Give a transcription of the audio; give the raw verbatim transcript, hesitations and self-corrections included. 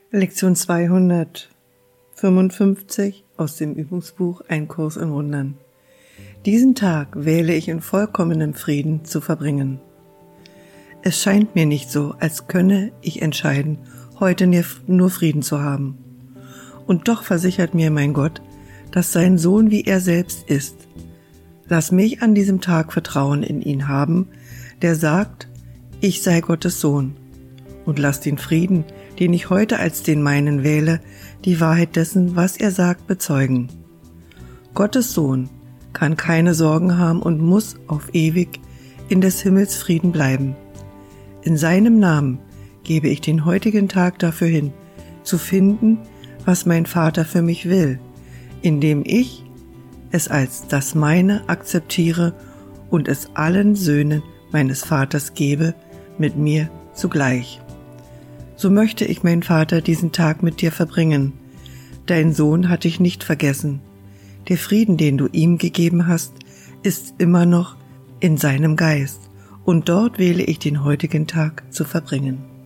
Lektion zweihundertfünfundfünfzig aus dem Übungsbuch Ein Kurs in Wundern. Diesen Tag wähle ich in vollkommenem Frieden zu verbringen. Es scheint mir nicht so, als könne ich entscheiden, heute nur Frieden zu haben. Und doch versichert mir mein Gott, dass sein Sohn wie er selbst ist. Lass mich an diesem Tag Vertrauen in ihn haben, der sagt, ich sei Gottes Sohn. Und lass den Frieden, den ich heute als den meinen wähle, die Wahrheit dessen, was er sagt, bezeugen. Gottes Sohn kann keine Sorgen haben und muss auf ewig in des Himmels Frieden bleiben. In seinem Namen gebe ich den heutigen Tag dafür hin, zu finden, was mein Vater für mich will, indem ich es als das meine akzeptiere und es allen Söhnen meines Vaters gebe, mit mir zugleich. So möchte ich, mein Vater, diesen Tag mit dir verbringen. Dein Sohn hat dich nicht vergessen. Der Frieden, den du ihm gegeben hast, ist immer noch in seinem Geist, und dort wähle ich den heutigen Tag zu verbringen.